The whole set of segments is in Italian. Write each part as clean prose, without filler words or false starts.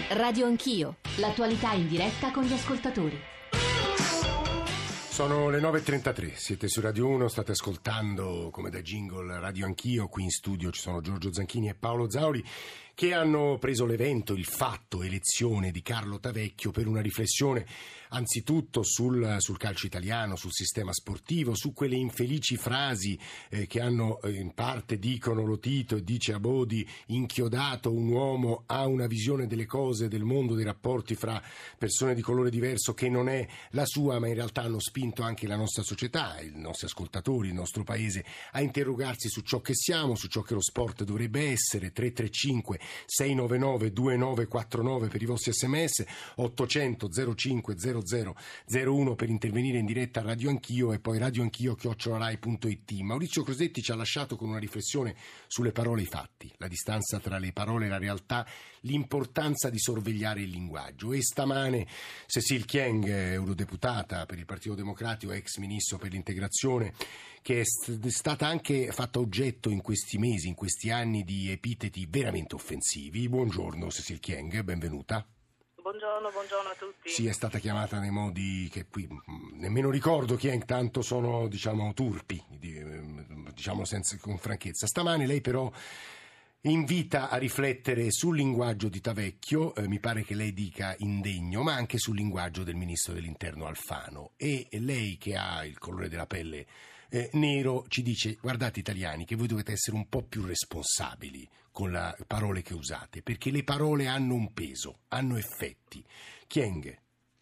Radio Anch'io, l'attualità in diretta con gli ascoltatori. Sono le 9.33, siete su Radio 1, state ascoltando come da jingle Radio Anch'io, qui in studio ci sono Giorgio Zanchini e Paolo Zauri che hanno preso l'evento, il fatto, elezione di Carlo Tavecchio per una riflessione anzitutto sul calcio italiano, sul sistema sportivo, su quelle infelici frasi che hanno in parte, dicono lo Tito e dice Abodi, inchiodato un uomo a una visione delle cose, del mondo, dei rapporti fra persone di colore diverso che non è la sua, ma in realtà hanno spinto anche la nostra società, i nostri ascoltatori, il nostro paese a interrogarsi su ciò che siamo, su ciò che lo sport dovrebbe essere. 335 699 2949 per i vostri sms, 800 05 0001 per intervenire in diretta a Radio Anch'io e poi radioanchio@rai.it. Maurizio Crosetti ci ha lasciato con una riflessione sulle parole e i fatti, la distanza tra le parole e la realtà, l'importanza di sorvegliare il linguaggio. E stamane Cécile Kyenge, eurodeputata per il Partito Democratico, ex ministro per l'integrazione, che è stata anche fatta oggetto in questi mesi, in questi anni di epiteti veramente offensivi. Buongiorno Cécile Kyenge, benvenuta. Buongiorno a tutti. Sì, è stata chiamata nei modi che qui nemmeno ricordo chi è, intanto sono turpi, con franchezza. Stamane lei però invita a riflettere sul linguaggio di Tavecchio, mi pare che lei dica indegno, ma anche sul linguaggio del ministro dell'interno Alfano. E lei, che ha il colore della pelle nero, ci dice: guardate italiani, che voi dovete essere un po' più responsabili con le parole che usate, perché le parole hanno un peso, hanno effetti. Kyenge.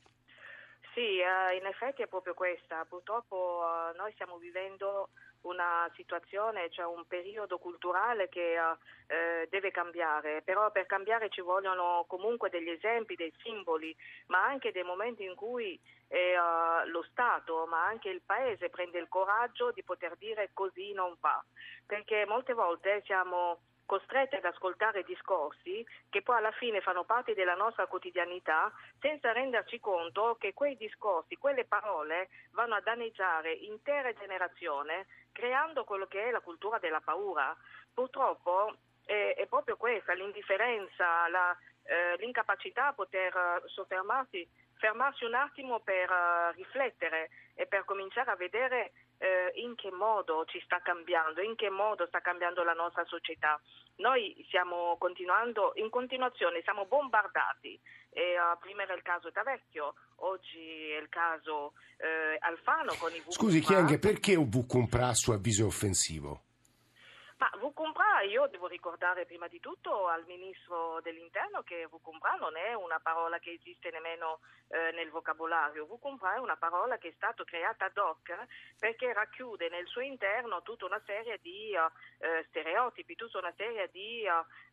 Sì, in effetti è proprio questa. Purtroppo noi stiamo vivendo una situazione, cioè un periodo culturale che deve cambiare, però per cambiare ci vogliono comunque degli esempi, dei simboli, ma anche dei momenti in cui lo Stato, ma anche il Paese prende il coraggio di poter dire così non va, perché molte volte siamo costretti ad ascoltare discorsi che poi alla fine fanno parte della nostra quotidianità senza renderci conto che quei discorsi, quelle parole vanno a danneggiare intere generazioni, creando quello che è la cultura della paura. Purtroppo è proprio questa, l'indifferenza, l'incapacità a poter fermarsi un attimo per riflettere e per cominciare a vedere in che modo ci sta cambiando, in che modo sta cambiando la nostra società. Noi stiamo in continuazione siamo bombardati. Prima era il caso Tavecchio, oggi è il caso Alfano con i VCumpra. Scusi Kyenge, perché VCumpra a suo avviso è offensivo? Ma VCumpra, io devo ricordare prima di tutto al ministro dell'interno che VCumpra non è una parola che esiste nemmeno nel vocabolario. VCumpra è una parola che è stata creata ad hoc perché racchiude nel suo interno tutta una serie di stereotipi, tutta una serie di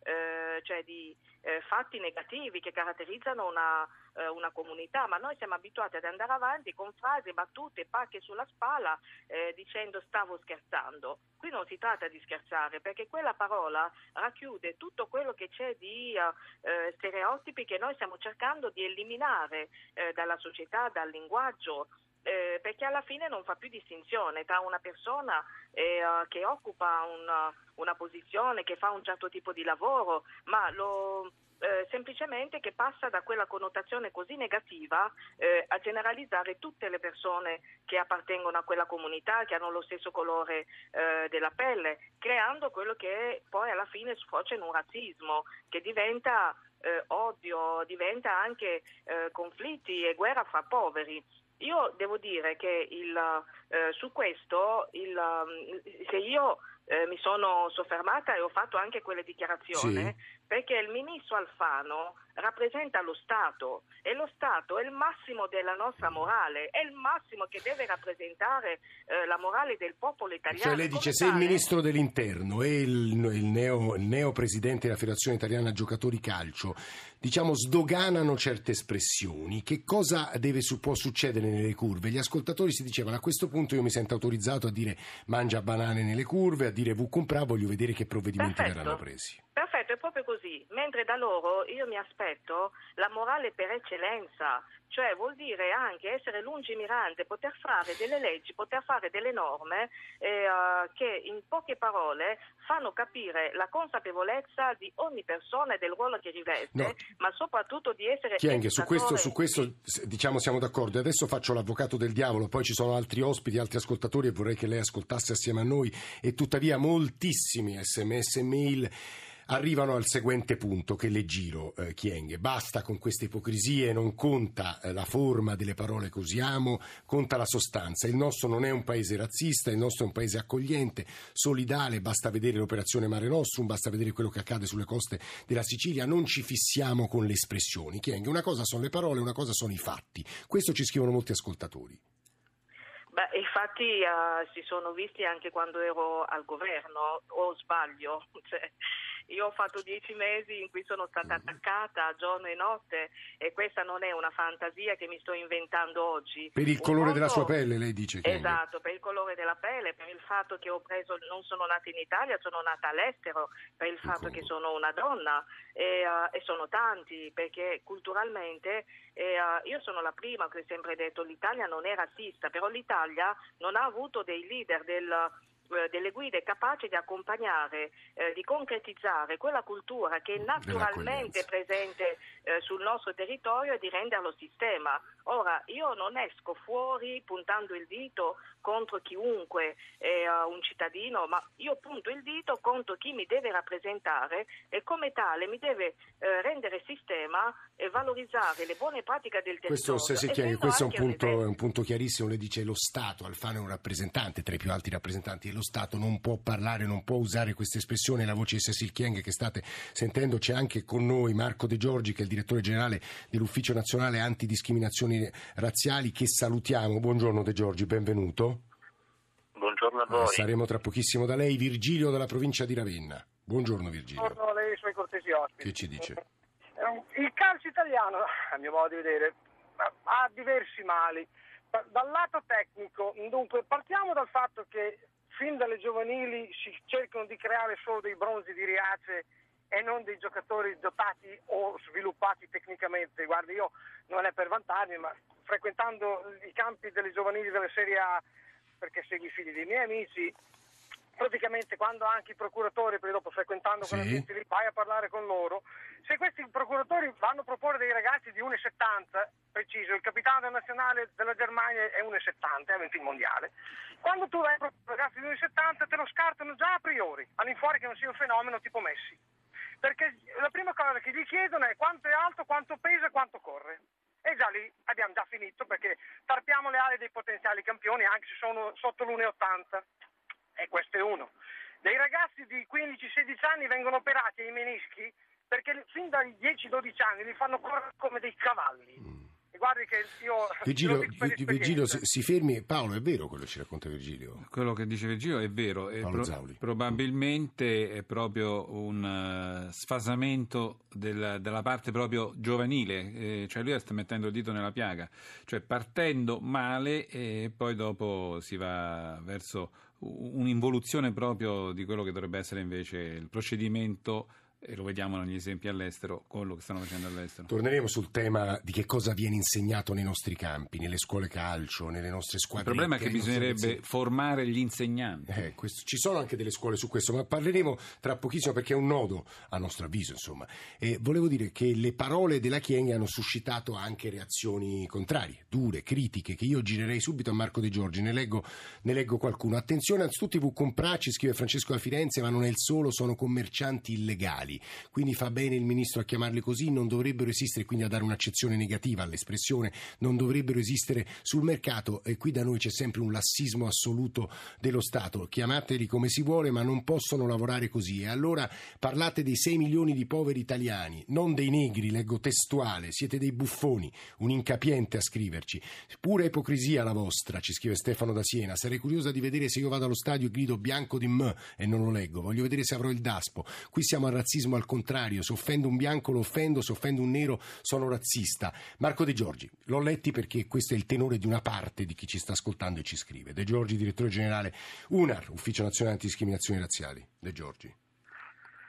fatti negativi che caratterizzano una comunità, ma noi siamo abituati ad andare avanti con frasi, battute, pacche sulla spalla dicendo stavo scherzando. Qui non si tratta di scherzare, perché quella parola racchiude tutto quello che c'è di stereotipi che noi stiamo cercando di eliminare dalla società, dal linguaggio, perché alla fine non fa più distinzione tra una persona che occupa una posizione, che fa un certo tipo di lavoro, ma semplicemente che passa da quella connotazione così negativa a generalizzare tutte le persone che appartengono a quella comunità, che hanno lo stesso colore della pelle, creando quello che poi alla fine sfocia in un razzismo che diventa odio, diventa anche conflitti e guerra fra poveri. Io devo dire che su questo, se io mi sono soffermata e ho fatto anche quelle dichiarazioni, sì, perché il ministro Alfano rappresenta lo Stato e lo Stato è il massimo della nostra morale, è il massimo che deve rappresentare la morale del popolo italiano. Cioè lei dice, se il ministro dell'interno e il neo presidente della Federazione Italiana Giocatori Calcio sdoganano certe espressioni, che cosa può succedere nelle curve? Gli ascoltatori si dicevano: a questo punto io mi sento autorizzato a dire mangia banane nelle curve, a dire VCumpra, voglio vedere che provvedimenti verranno presi. Perfetto, è proprio così, mentre da loro io mi aspetto la morale per eccellenza, cioè vuol dire anche essere lungimirante, poter fare delle leggi, poter fare delle norme che in poche parole fanno capire la consapevolezza di ogni persona e del ruolo che riveste, ma soprattutto di essere Chienghe, su questo diciamo siamo d'accordo. Adesso faccio l'avvocato del diavolo, poi ci sono altri ospiti, altri ascoltatori e vorrei che lei ascoltasse assieme a noi, e tuttavia moltissimi SMS e mail arrivano al seguente punto che le giro, Chienghe. Basta con queste ipocrisie, non conta la forma delle parole che usiamo, conta la sostanza. Il nostro non è un paese razzista, il nostro è un paese accogliente, solidale, basta vedere l'operazione Mare Nostrum, basta vedere quello che accade sulle coste della Sicilia, non ci fissiamo con le espressioni. Chienghe, una cosa sono le parole, una cosa sono i fatti. Questo ci scrivono molti ascoltatori. Beh, infatti si sono visti anche quando ero al governo, o sbaglio? Io ho fatto 10 mesi in cui sono stata attaccata giorno e notte, e questa non è una fantasia che mi sto inventando oggi. Per il colore della sua pelle, lei dice che... Esatto, per il colore della pelle, per il fatto che non sono nata in Italia, sono nata all'estero, per il fatto che sono una donna, e sono tanti, perché culturalmente io sono la prima che ho sempre detto l'Italia non è razzista, però l'Italia non ha avuto dei leader delle guide capaci di accompagnare, di concretizzare quella cultura che è naturalmente presente sul nostro territorio e di renderlo sistema. Ora, io non esco fuori puntando il dito contro chiunque un cittadino, ma io punto il dito contro chi mi deve rappresentare e come tale mi deve rendere sistema e valorizzare le buone pratiche del territorio. Questo è un punto chiarissimo. Lei dice lo Stato, Alfano è un rappresentante tra i più alti rappresentanti dello Stato, non può parlare, non può usare questa espressione. La voce di Cecil Kyenge che state sentendo, c'è anche con noi Marco De Giorgi, che è il direttore generale dell'Ufficio Nazionale Antidiscriminazioni Razziali, che salutiamo. Buongiorno De Giorgi, benvenuto. Buongiorno a voi. Saremo tra pochissimo da lei. Virgilio dalla provincia di Ravenna. Buongiorno Virgilio. Buongiorno a lei e ai suoi cortesi ospiti. Che ci dice? Il calcio italiano, a mio modo di vedere, ha diversi mali. Dal lato tecnico, dunque, partiamo dal fatto che fin dalle giovanili si cercano di creare solo dei bronzi di Riace e non dei giocatori dotati o sviluppati tecnicamente. Guarda, io non è per vantarmi, ma frequentando i campi delle giovanili della Serie A, perché seguo i figli dei miei amici, praticamente quando anche i procuratori, poi dopo frequentando quella gente lì, vai a parlare con loro, se questi procuratori vanno a proporre dei ragazzi di 1,70, preciso, il capitano della nazionale della Germania è 1,70, ha vinto il mondiale, quando tu vai a proporre ragazzi di 1,70 te lo scartano già a priori, all'infuori che non sia un fenomeno tipo Messi, perché la prima cosa che gli chiedono è quanto è alto, quanto pesa e quanto corre. E già lì abbiamo già finito, perché tarpiamo le ali dei potenziali campioni anche se sono sotto l'1,80. E questo è uno. Dei ragazzi di 15-16 anni vengono operati ai menischi perché fin dai 10-12 anni li fanno correre come dei cavalli. E guardi che io... Virgilio, si fermi. Paolo, è vero quello che ci racconta Virgilio? Quello che dice Virgilio è vero. Probabilmente è proprio un sfasamento della parte proprio giovanile, cioè lui sta mettendo il dito nella piaga, cioè partendo male e poi dopo si va verso un'involuzione proprio di quello che dovrebbe essere invece il procedimento, e lo vediamo negli esempi all'estero, quello che stanno facendo all'estero. Torneremo sul tema di che cosa viene insegnato nei nostri campi, nelle scuole calcio, nelle nostre squadre. Il problema è che bisognerebbe formare gli insegnanti. Ci sono anche delle scuole su questo, ma parleremo tra pochissimo perché è un nodo, a nostro avviso, insomma. E volevo dire che le parole della Kyenge hanno suscitato anche reazioni contrarie, dure, critiche, che io girerei subito a Marco De Giorgi. Ne leggo qualcuno. Attenzione, anzitutto i Vuccomprà, ci scrive Francesco da Firenze, ma non è il solo, sono commercianti illegali. Quindi fa bene il ministro a chiamarli così, non dovrebbero esistere, quindi a dare un'accezione negativa all'espressione, non dovrebbero esistere sul mercato, e qui da noi c'è sempre un lassismo assoluto dello Stato, chiamateli come si vuole ma non possono lavorare così. E allora parlate dei 6 milioni di poveri italiani, non dei negri, leggo testuale, siete dei buffoni, un incapiente a scriverci, pura ipocrisia la vostra, ci scrive Stefano da Siena. Sarei curiosa di vedere se io vado allo stadio e grido bianco di me e non lo leggo, voglio vedere se avrò il daspo. Qui siamo al razzismo al contrario, se offendo un bianco lo offendo, se offendo un nero sono razzista. Marco De Giorgi, l'ho letti perché questo è il tenore di una parte di chi ci sta ascoltando e ci scrive. De Giorgi, direttore generale UNAR, Ufficio Nazionale Antidiscriminazioni Razziali. De Giorgi.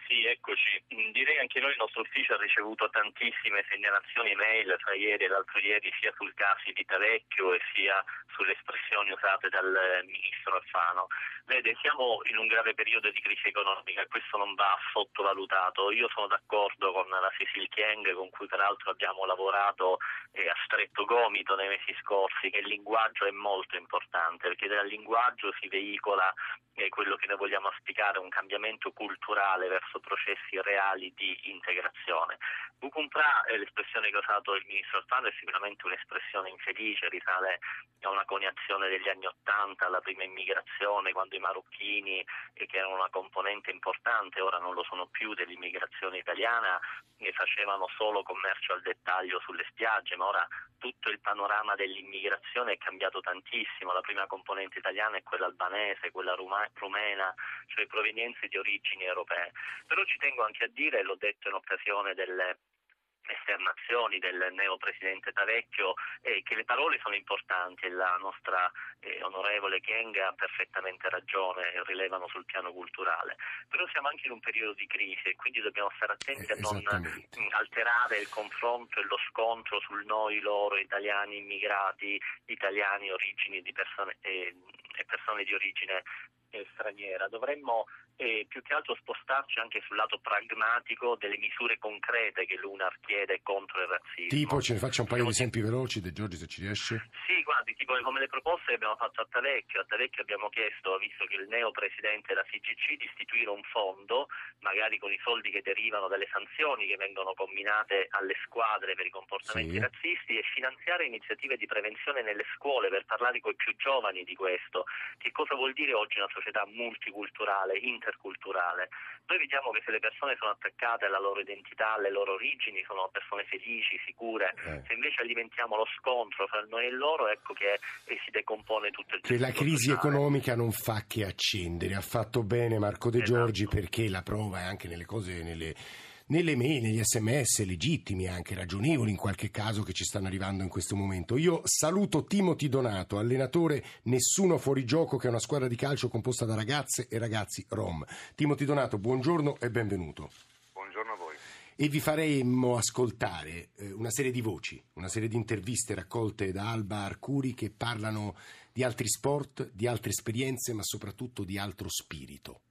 Sì, eccoci. Direi anche noi, il nostro ufficio ha ricevuto tantissime segnalazioni email tra ieri e l'altro ieri, sia sul caso di Tavecchio e sia sulle espressioni usate dal ministro Alfano. Vede, siamo in un grave periodo di crisi economica e questo non va sottovalutato. Io sono d'accordo con la Cecil Kyenge, con cui peraltro abbiamo lavorato a stretto gomito nei mesi scorsi, che il linguaggio è molto importante, perché dal linguaggio si veicola quello che noi vogliamo auspicare, un cambiamento culturale verso processi reali di integrazione. Bucumprà, l'espressione che ha usato il ministro Alfano, è sicuramente un'espressione infelice, risale a una coniazione degli anni '80, alla prima immigrazione, quando i marocchini, che erano una componente importante, ora non lo sono più, dell'immigrazione italiana, facevano solo commercio al dettaglio sulle spiagge, ma ora tutto il panorama dell'immigrazione è cambiato tantissimo. La prima componente italiana è quella albanese, quella rumena, cioè provenienze di origini europee. Però ci tengo anche a dire, l'ho detto in occasione delle esternazioni del neo presidente Tavecchio, che le parole sono importanti e la nostra onorevole Kyenge ha perfettamente ragione, rilevano sul piano culturale. Però siamo anche in un periodo di crisi e quindi dobbiamo stare attenti a non alterare il confronto e lo scontro sul noi, loro, italiani immigrati, italiani origini di persone e persone di origine straniera. Dovremmo più che altro spostarci anche sul lato pragmatico delle misure concrete che l'UNAR chiede contro il razzismo. Tipo, ce ne faccia un paio di esempi veloci, De Giorgi, se ci riesce. Sì, guardi, tipo come le proposte che abbiamo fatto a Tavecchio. A Tavecchio abbiamo chiesto, visto che il neo presidente della FIGC, di istituire un fondo, magari con i soldi che derivano dalle sanzioni che vengono combinate alle squadre per i comportamenti razzisti, e finanziare iniziative di prevenzione nelle scuole per parlare con i più giovani di questo. Che cosa vuol dire oggi una società multiculturale, interculturale? Noi vediamo che se le persone sono attaccate alla loro identità, alle loro origini, sono persone felici, sicure. Se invece alimentiamo lo scontro fra noi e loro, ecco che si decompone tutto il che la crisi sociale. economica non fa che accendere. Ha fatto bene Marco De Giorgi, perché la prova è anche nelle cose, nelle mail, negli SMS legittimi, anche ragionevoli in qualche caso, che ci stanno arrivando in questo momento. Io saluto Timothy Donato, allenatore Nessuno Fuori Gioco, che è una squadra di calcio composta da ragazze e ragazzi rom. Timothy Donato, buongiorno e benvenuto. Buongiorno a voi. E vi faremo ascoltare una serie di voci, una serie di interviste raccolte da Alba Arcuri, che parlano di altri sport, di altre esperienze, ma soprattutto di altro spirito.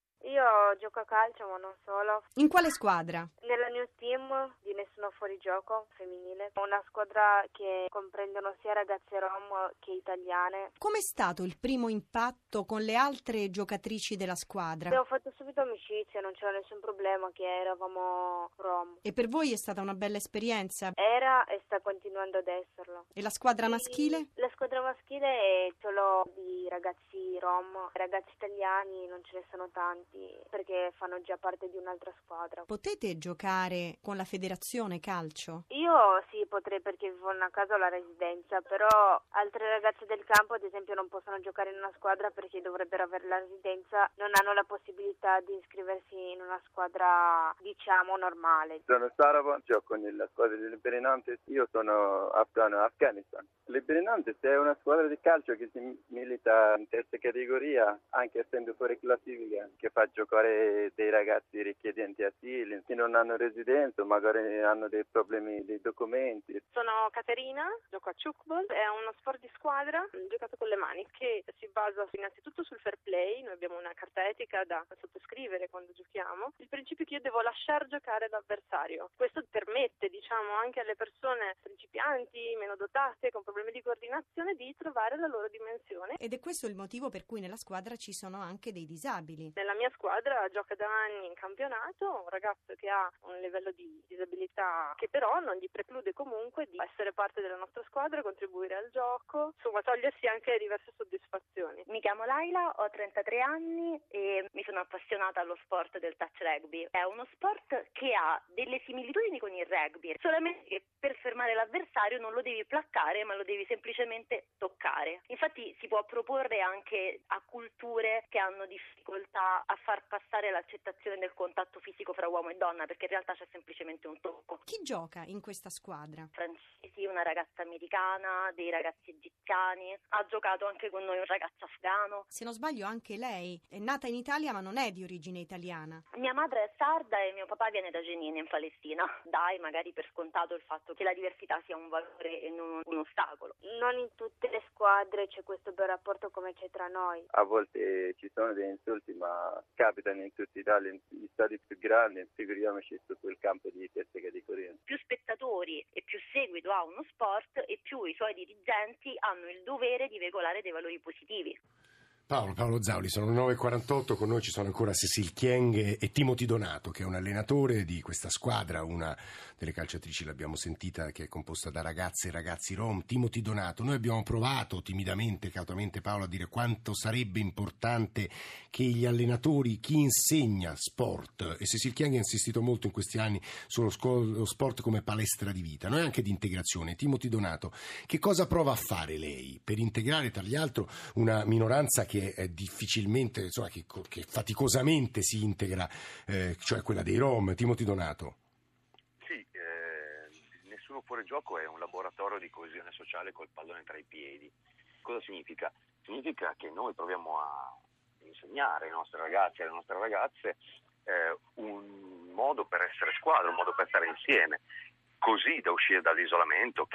Io gioco a calcio, ma non solo. In quale squadra? Nella New Team di Nessuno Fuori Gioco femminile, una squadra che comprendono sia ragazze rom che italiane. Com'è stato il primo impatto con le altre giocatrici della squadra? Abbiamo fatto subito amicizia, non c'era nessun problema che eravamo rom. E per voi è stata una bella esperienza? Era e sta continuando ad esserlo. E la squadra maschile? La squadra maschile è solo di ragazzi rom, ragazzi italiani non ce ne sono tanti, perché fanno già parte di un'altra squadra. Potete giocare con la federazione calcio? Io sì, potrei, perché vivo a casa ho la residenza, però altre ragazze del campo, ad esempio, non possono giocare in una squadra perché dovrebbero avere la residenza, non hanno la possibilità di iscriversi in una squadra, diciamo, normale. Sono Sarabo, gioco nella squadra del Berenantes, io sono afghano Afghanistan. Il Berenantes è una squadra di calcio che si milita in terza categoria, anche essendo fuori classifica, che fa giocare dei ragazzi richiedenti asilo, che non hanno residenza, magari hanno dei problemi dei documenti. Sono Caterina, gioco a Ciucbol, è uno sport di squadra giocato con le mani che si basa innanzitutto sul fair play. Noi abbiamo una carta etica da sottoscrivere quando giochiamo. Il principio è che io devo lasciar giocare l'avversario. Questo permette, diciamo, anche alle persone principianti, meno dotate, con problemi di coordinazione, di trovare la loro dimensione. Ed è questo il motivo per cui nella squadra ci sono anche dei disabili. Nella mia squadra gioca da anni in campionato un ragazzo che ha un livello di disabilità che però non gli preclude comunque di essere parte della nostra squadra, contribuire al gioco, insomma togliersi anche diverse soddisfazioni. Mi chiamo Laila, ho 33 anni e mi sono appassionata allo sport del touch rugby. È uno sport che ha delle similitudini con il rugby, solamente che per fermare l'avversario non lo devi placcare, ma lo devi semplicemente toccare. Infatti si può proporre anche a culture che hanno difficoltà a far passare l'accettazione del contatto fisico fra uomo e donna, perché in realtà c'è semplicemente un tocco. Chi gioca in questa squadra? Francesi, una ragazza americana, dei ragazzi egiziani, ha giocato anche con noi un ragazzo afgano. Se non sbaglio anche lei è nata in Italia ma non è di origine italiana. Mia madre è sarda e mio papà viene da Jenin in Palestina. Dai magari per scontato il fatto che la diversità sia un valore e non un ostacolo. Non in tutte le squadre c'è questo bel rapporto come c'è tra noi. A volte ci sono degli insulti, ma capitano in tutta Italia, gli stadi più grandi, figuriamoci su quel campo di terza categoria. Più spettatori e più seguito ha uno sport e più i suoi dirigenti hanno il dovere di veicolare dei valori positivi. Paolo Zauli, sono le 9.48, con noi ci sono ancora Cecil Chieng e Timothy Donato, che è un allenatore di questa squadra, una delle calciatrici, l'abbiamo sentita, che è composta da ragazze e ragazzi rom. Timothy Donato, noi abbiamo provato timidamente, cautamente, Paolo, a dire quanto sarebbe importante che gli allenatori, chi insegna sport, e Cecil Chieng ha insistito molto in questi anni sullo sport come palestra di vita, noi anche di integrazione. Timothy Donato, che cosa prova a fare lei per integrare, tra l'altro, una minoranza che è difficilmente, insomma, che faticosamente si integra, cioè quella dei Rom? Timothy Donato. Sì, Nessuno fuori gioco è un laboratorio di coesione sociale col pallone tra i piedi. Cosa significa? Significa che noi proviamo a insegnare ai nostri ragazzi e alle nostre ragazze un modo per essere squadra, un modo per stare insieme, così da uscire dall'isolamento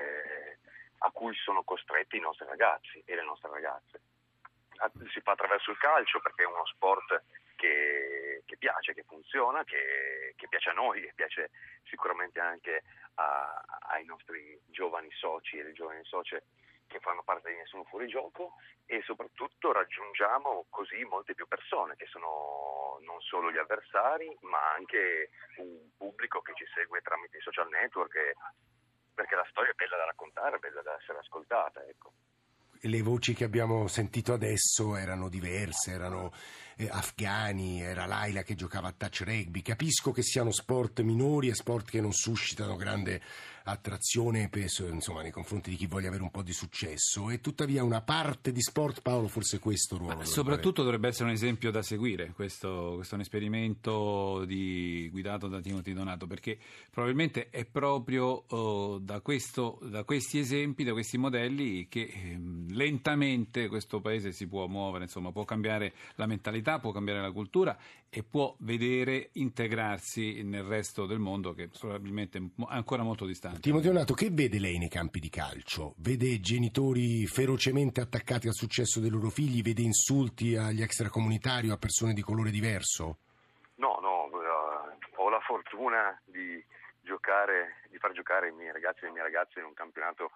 a cui sono costretti i nostri ragazzi e le nostre ragazze. Si fa attraverso il calcio perché è uno sport che piace, che funziona, che piace a noi, che piace sicuramente anche ai nostri giovani soci e le giovani socie che fanno parte di Nessuno Fuori Gioco, e soprattutto raggiungiamo così molte più persone che sono non solo gli avversari ma anche un pubblico che ci segue tramite i social network, perché la storia è bella da raccontare, è bella da essere ascoltata, ecco. Le voci che abbiamo sentito adesso erano diverse, erano afghani, era Laila che giocava a touch rugby. Capisco che siano sport minori e sport che non suscitano grande attrazione insomma, nei confronti di chi voglia avere un po' di successo, e tuttavia una parte di sport, Paolo, forse questo ruolo. Soprattutto dovrebbe essere un esempio da seguire, questo è un esperimento guidato da Timothy Donato, perché probabilmente è proprio da questi esempi, da questi modelli che lentamente questo paese si può muovere, insomma, può cambiare la mentalità, può cambiare la cultura e può vedere integrarsi nel resto del mondo, che probabilmente è ancora molto distante. Timothy Donato, che vede lei nei campi di calcio? Vede genitori ferocemente attaccati al successo dei loro figli? Vede insulti agli extracomunitari o a persone di colore diverso? No, ho la fortuna di far giocare i miei ragazzi e le mie ragazze in un campionato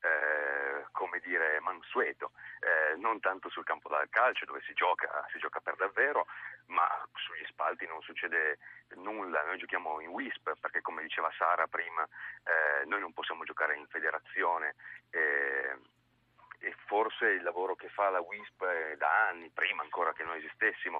mansueto, non tanto sul campo da calcio dove si gioca per davvero, ma sugli spalti non succede nulla. Noi giochiamo in WISP perché, come diceva Sara prima, noi non possiamo giocare in federazione, e forse il lavoro che fa la WISP da anni, prima ancora che noi esistessimo,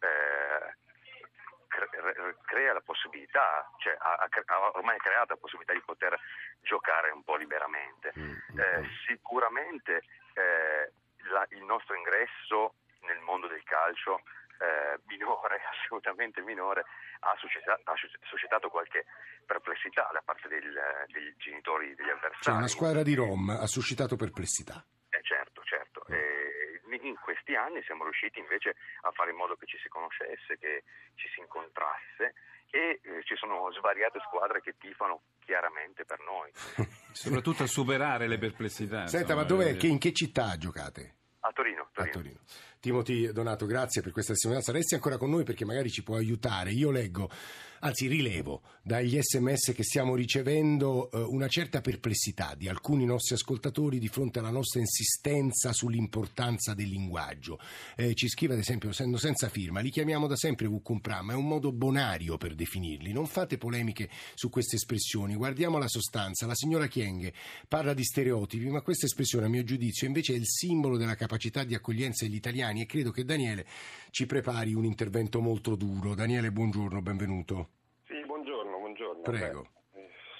crea la possibilità, cioè ha ormai creato la possibilità di poter giocare un po' liberamente. Sicuramente il nostro ingresso nel mondo del calcio assolutamente minore, ha suscitato qualche perplessità da parte dei genitori degli avversari. Cioè una squadra di Rom ha suscitato perplessità. Certo. In questi anni siamo riusciti invece a fare in modo che ci si conoscesse, che ci si incontrasse, e ci sono svariate squadre che tifano chiaramente per noi. Soprattutto a superare le perplessità. Senta, insomma, ma dov'è? In che città giocate? A Torino. Timothy Donato, grazie per questa testimonianza. Resti ancora con noi perché magari ci può aiutare. Io rilevo dagli SMS che stiamo ricevendo una certa perplessità di alcuni nostri ascoltatori di fronte alla nostra insistenza sull'importanza del linguaggio. Ci scrive ad esempio, essendo senza firma, li chiamiamo da sempre Vucumpram, è un modo bonario per definirli. Non fate polemiche su queste espressioni, guardiamo la sostanza. La signora Chieng parla di stereotipi, ma questa espressione, a mio giudizio, invece è il simbolo della capacità di accoglienza degli italiani, e credo che Daniele ci prepari un intervento molto duro. Daniele, buongiorno, benvenuto. Sì, buongiorno. Prego.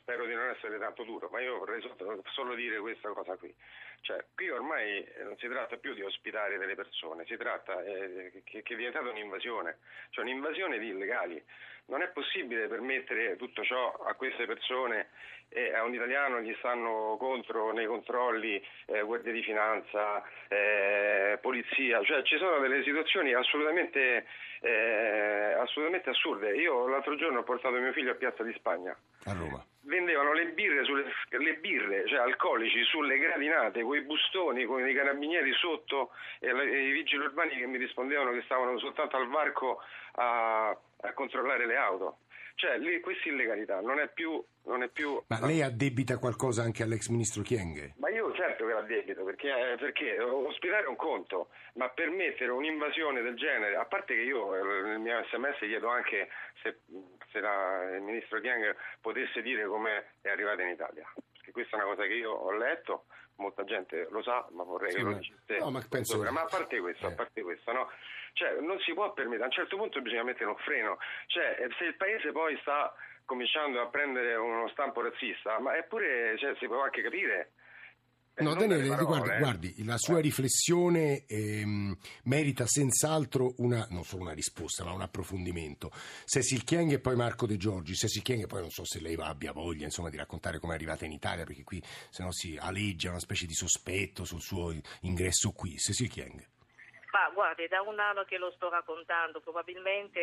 spero di non essere tanto duro, ma io vorrei solo dire questa cosa qui. Cioè, qui ormai non si tratta più di ospitare delle persone, si tratta che è diventata un'invasione, cioè un'invasione di illegali. Non è possibile permettere tutto ciò a queste persone e a un italiano gli stanno contro nei controlli, guardia di finanza, polizia, cioè ci sono delle situazioni assolutamente assurde. Io l'altro giorno ho portato mio figlio a Piazza di Spagna. A Roma. Vendevano le birre, cioè alcolici, sulle gradinate, con i bustoni, con i carabinieri sotto e i vigili urbani che mi rispondevano che stavano soltanto al varco a controllare le auto. Cioè, questa illegalità non è più... Ma lei addebita qualcosa anche all'ex ministro Kyenge? Ma io certo che l'addebito, perché ospitare è un conto, ma permettere un'invasione del genere, a parte che io nel mio SMS chiedo anche se il ministro Kyenge potesse dire come è arrivata in Italia, perché questa è una cosa che io ho letto, molta gente lo sa, ma vorrei che lo dicesse. No, ma penso... Ma a parte questo, no? Cioè, non si può permettere, a un certo punto bisogna mettere un freno, cioè se il paese poi sta cominciando a prendere uno stampo razzista, ma eppure si può anche capire. No, Daniele, guardi, la sua riflessione merita senz'altro non solo una risposta, ma un approfondimento. Cecil Kyenge e poi Marco De Giorgi. Cecil Kyenge, poi non so se lei abbia voglia, insomma, di raccontare come è arrivata in Italia, perché qui se no si aleggia una specie di sospetto sul suo ingresso qui. Cecil Kyenge. Ma guardi, da un anno che lo sto raccontando, probabilmente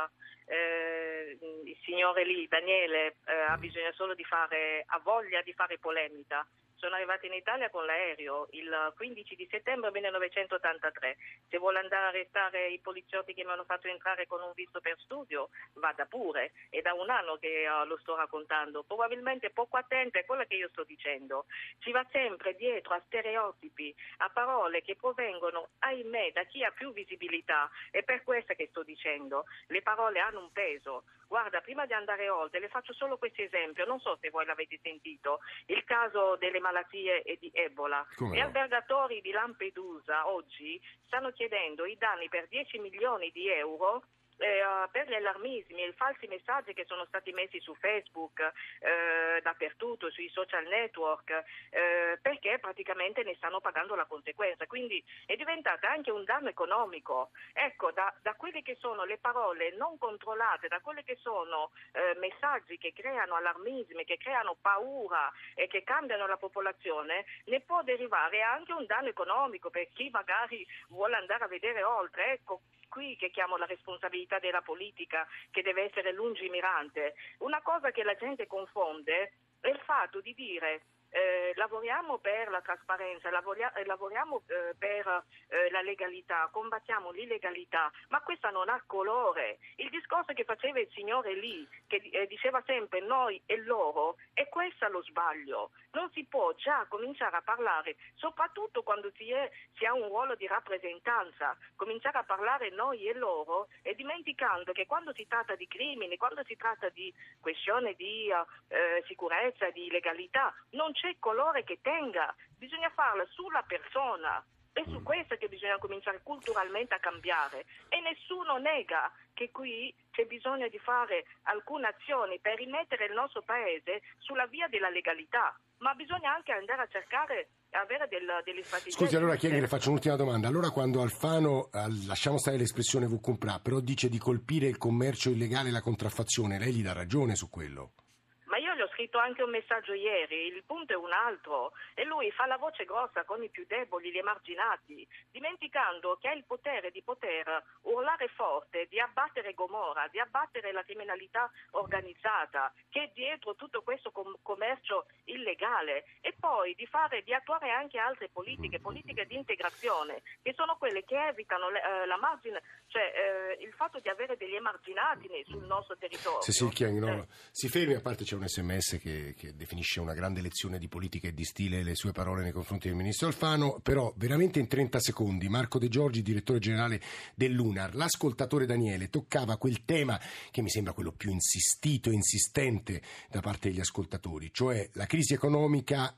il signore lì, Daniele, ha bisogno solo ha voglia di fare polemica. Sono arrivata in Italia con l'aereo il 15 di settembre 1983. Se vuole andare a arrestare i poliziotti che mi hanno fatto entrare con un visto per studio, vada pure. È da un anno che lo sto raccontando. Probabilmente poco attenta a quello che io sto dicendo. Si va sempre dietro a stereotipi, a parole che provengono, ahimè, da chi ha più visibilità. È per questo che sto dicendo. Le parole hanno un peso. Guarda, prima di andare oltre, le faccio solo questo esempio. Non so se voi l'avete sentito. Il caso delle malattie e di Ebola. Gli albergatori di Lampedusa oggi stanno chiedendo i danni per 10 milioni di euro per gli allarmismi e i falsi messaggi che sono stati messi su Facebook, dappertutto, sui social network, perché praticamente ne stanno pagando la conseguenza. Quindi è diventata anche un danno economico. Ecco, da quelle che sono le parole non controllate, da quelle che sono messaggi che creano allarmismi, che creano paura e che cambiano la popolazione, ne può derivare anche un danno economico per chi magari vuole andare a vedere oltre. Ecco, qui che chiamo la responsabilità della politica, che deve essere lungimirante. Una cosa che la gente confonde è il fatto di dire lavoriamo per la trasparenza, lavoriamo per la legalità, combattiamo l'illegalità, ma questa non ha colore. Il discorso che faceva il signore lì, che diceva sempre noi e loro, è questo lo sbaglio. Non si può già cominciare a parlare, soprattutto quando si ha un ruolo di rappresentanza, cominciare a parlare noi e loro e dimenticando che quando si tratta di crimini, quando si tratta di questione di sicurezza, di legalità, non c'è colore che tenga, bisogna farla sulla persona. È su questo che bisogna cominciare culturalmente a cambiare e nessuno nega che qui c'è bisogno di fare alcune azioni per rimettere il nostro paese sulla via della legalità, ma bisogna anche andare a cercare avere delle strategie. Scusi, allora Kyenge, le faccio un'ultima domanda. Allora quando Alfano, lasciamo stare l'espressione vu comprà, però dice di colpire il commercio illegale e la contraffazione, lei gli dà ragione su quello? Ma io gli ho scritto anche un messaggio ieri, il punto è un altro, e lui fa la voce grossa con i più deboli, gli emarginati, dimenticando che ha il potere di poter urlare forte, di abbattere Gomorra, di abbattere la criminalità organizzata, che è dietro tutto questo commercio illegale, e poi di attuare anche altre politiche di integrazione, che sono quelle che evitano la margine, cioè il fatto di avere degli emarginati sul nostro territorio. Sì, Kyenge, no, si fermi, a parte c'è un SMS che definisce una grande lezione di politica e di stile le sue parole nei confronti del ministro Alfano, però veramente in 30 secondi Marco De Giorgi, direttore generale dell'UNAR. L'ascoltatore Daniele toccava quel tema che mi sembra quello più insistito e insistente da parte degli ascoltatori, cioè la crisi economica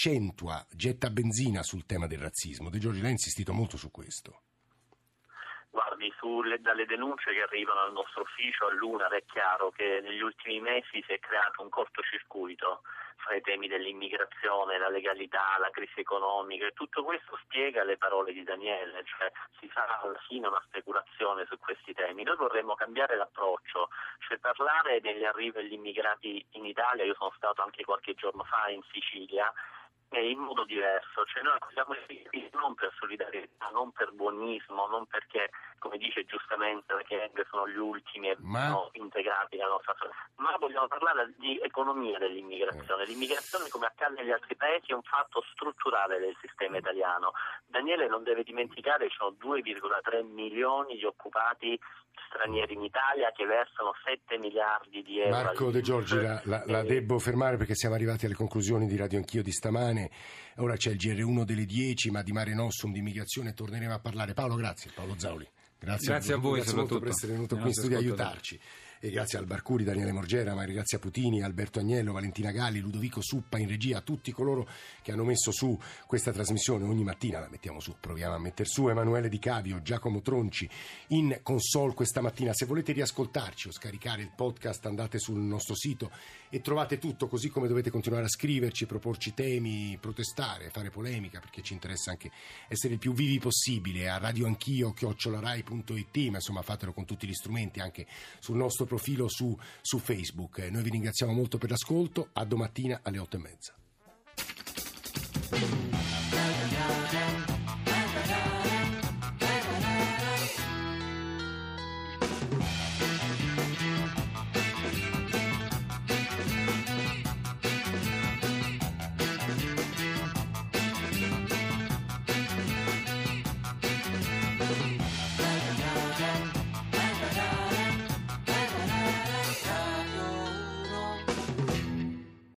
getta benzina sul tema del razzismo. De Giorgi, lei ha insistito molto su questo. Guardi, dalle denunce che arrivano al nostro ufficio all'UNAR è chiaro che negli ultimi mesi si è creato un cortocircuito fra i temi dell'immigrazione, la legalità, la crisi economica, e tutto questo spiega le parole di Daniele, cioè si fa alla fine una speculazione su questi temi. Noi vorremmo cambiare l'approccio, cioè parlare degli arrivi degli immigrati in Italia. Io sono stato anche qualche giorno fa in Sicilia, in modo diverso, cioè noi siamo qui non per solidarietà, non per buonismo, non perché, come dice giustamente, perché sono gli ultimi e sono integrati nella nostra società, ma vogliamo parlare di economia dell'immigrazione. L'immigrazione, come accade negli altri paesi, è un fatto strutturale del sistema italiano. Daniele non deve dimenticare che ci sono 2,3 milioni di occupati stranieri in Italia che versano 7 miliardi di euro. Marco De Giorgi, la debbo fermare perché siamo arrivati alle conclusioni di Radio Anch'io di stamane. Ora c'è il GR1 delle 10, ma di Mare Nostrum, di immigrazione torneremo a parlare. Paolo, grazie. Paolo Zauli. Grazie a voi, grazie molto per essere venuto qui in studio a aiutarci. E grazie al Barcuri, Daniele Morgera, Maria Putini, Alberto Agnello, Valentina Galli, Ludovico Suppa in regia, a tutti coloro che hanno messo su questa trasmissione. Ogni mattina la mettiamo su, proviamo a metter su. Emanuele Di Cavio, Giacomo Tronci in console questa mattina. Se volete riascoltarci o scaricare il podcast, andate sul nostro sito e trovate tutto, così come dovete continuare a scriverci, proporci temi, protestare, fare polemica, perché ci interessa anche essere il più vivi possibile, a radioanchio@rai.it, ma insomma fatelo con tutti gli strumenti, anche sul nostro profilo su Facebook. Noi vi ringraziamo molto per l'ascolto, a domattina alle 8:30.